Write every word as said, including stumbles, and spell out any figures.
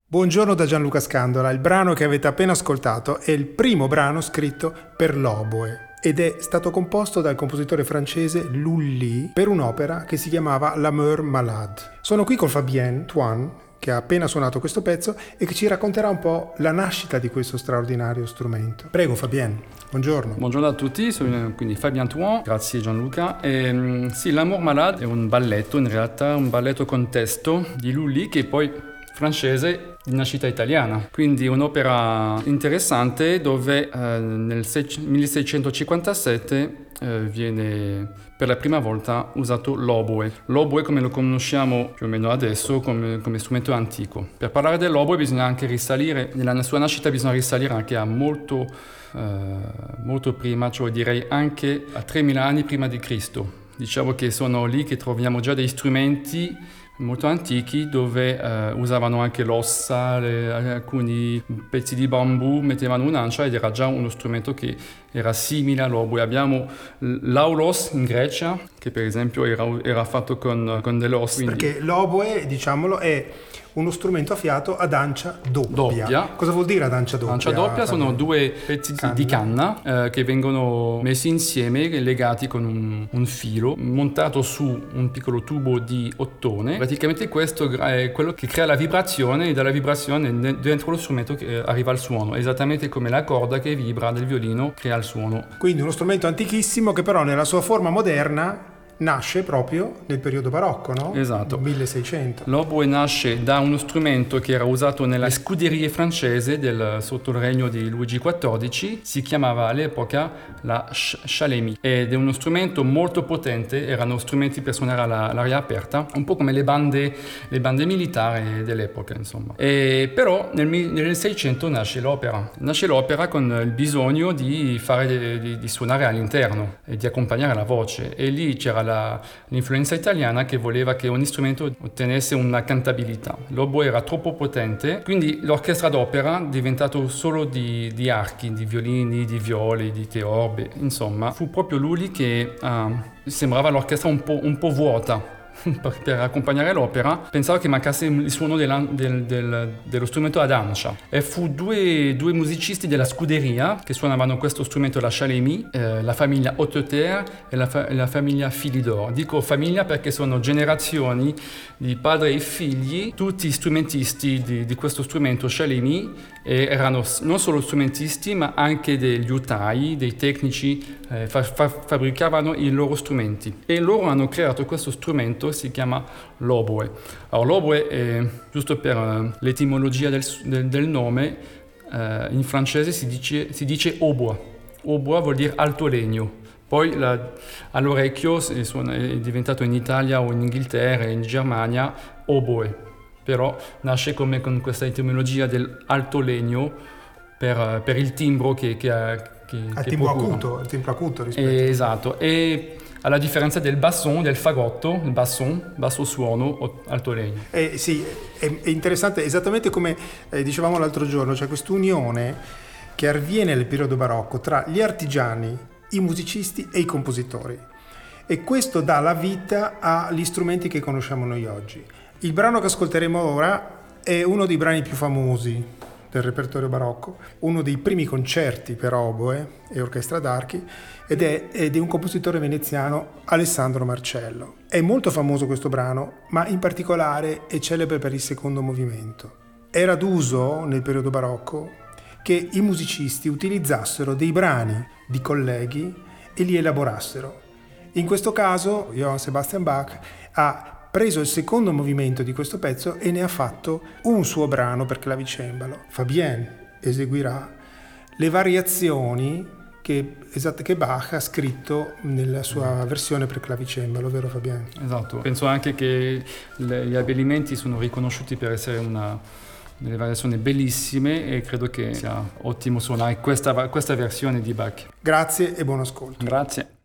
Buongiorno da Gianluca Scandola. Il brano che avete appena ascoltato è il primo brano scritto per l'oboe ed è stato composto dal compositore francese Lully per un'opera che si chiamava L'Amour Malade. Sono qui con Fabien Tuan, che ha appena suonato questo pezzo e che ci racconterà un po' la nascita di questo straordinario strumento. Prego Fabien, buongiorno. Buongiorno a tutti, sono quindi Fabien Tuan, grazie Gianluca. E, sì, L'Amour Malade è un balletto, in realtà un balletto con testo di Lully che poi francese di nascita italiana, quindi un'opera interessante dove eh, nel milleseicentocinquantasette eh, viene per la prima volta usato l'oboe. L'oboe come lo conosciamo più o meno adesso come, come strumento antico. Per parlare dell'oboe bisogna anche risalire, nella sua nascita bisogna risalire anche a molto, eh, molto prima, cioè direi anche a tremila anni prima di Cristo. Diciamo che sono lì che troviamo già degli strumenti molto antichi dove uh, usavano anche l'ossa, le, alcuni pezzi di bambù, mettevano un'ancia ed era già uno strumento che era simile all'oboe. Abbiamo l'aulos in Grecia che per esempio era, era fatto con, con delle ossa. Quindi... Perché l'oboe, diciamolo, è uno strumento a fiato ad ancia doppia. doppia. Cosa vuol dire ad ancia doppia? Ancia doppia sono due pezzi canna. di canna eh, che vengono messi insieme, legati con un, un filo, montato su un piccolo tubo di ottone. Praticamente questo è quello che crea la vibrazione e dalla vibrazione dentro lo strumento che arriva il suono, esattamente come la corda che vibra del violino crea il suono. Quindi uno strumento antichissimo che però nella sua forma moderna nasce proprio nel periodo barocco, no? Esatto. milleseicento. L'oboe nasce da uno strumento che era usato nelle scuderie francesi del, sotto il regno di Luigi quattordici. Si chiamava all'epoca la chalémie ed è uno strumento molto potente. Erano strumenti per suonare all'aria aperta, un po' come le bande, le bande militari dell'epoca, insomma. E però nel milleseicento nasce l'opera. Nasce l'opera con il bisogno di, fare, di, di suonare all'interno e di accompagnare la voce. E lì c'era la l'influenza italiana che voleva che ogni strumento ottenesse una cantabilità. L'oboe era troppo potente, quindi l'orchestra d'opera, diventato solo di, di archi, di violini, di viole, di teorbe, insomma, fu proprio lui che uh, sembrava l'orchestra un po', un po' vuota. Per accompagnare l'opera pensavo che mancasse il suono della, del, del, dello strumento ad ancia e fu due, due musicisti della scuderia che suonavano questo strumento, la chalémie, eh, la famiglia Hauteterre e la, fa, la famiglia Philidor. Dico famiglia perché sono generazioni di padre e figli, tutti strumentisti di, di questo strumento chalémie, e erano non solo strumentisti ma anche degli liutai, dei tecnici, eh, fa, fa, fabbricavano i loro strumenti e loro hanno creato questo strumento, si chiama l'oboe. Allora, l'oboe è, giusto per uh, l'etimologia del, del, del nome, uh, in francese si dice, si dice hautbois. Hautbois vuol dire alto legno. Poi la, all'orecchio è, è diventato in Italia o in Inghilterra e in Germania oboe, però nasce come con questa etimologia dell'alto legno per, per il timbro che, che ha. Che, al che timbro acuto, il timbro acuto rispetto. Eh, esatto, e alla differenza del basson, del fagotto, il basson, basso suono, alto legno. Eh, sì, è, è interessante, esattamente come eh, dicevamo l'altro giorno, c'è quest'unione che avviene nel periodo barocco tra gli artigiani, i musicisti e i compositori. E questo dà la vita agli strumenti che conosciamo noi oggi. Il brano che ascolteremo ora è uno dei brani più famosi del repertorio barocco, uno dei primi concerti per oboe e orchestra d'archi, ed è, ed è un compositore veneziano, Alessandro Marcello. È molto famoso questo brano, ma in particolare è celebre per il secondo movimento. Era d'uso nel periodo barocco che i musicisti utilizzassero dei brani di colleghi e li elaborassero. In questo caso Johann Sebastian Bach ha preso il secondo movimento di questo pezzo e ne ha fatto un suo brano per clavicembalo. Fabien eseguirà le variazioni che, esatte, che Bach ha scritto nella sua versione per clavicembalo, vero Fabien? Esatto, penso anche che le, gli abbellimenti sono riconosciuti per essere una, delle variazioni bellissime e credo che sia ottimo suonare questa, questa versione di Bach. Grazie e buon ascolto. Grazie.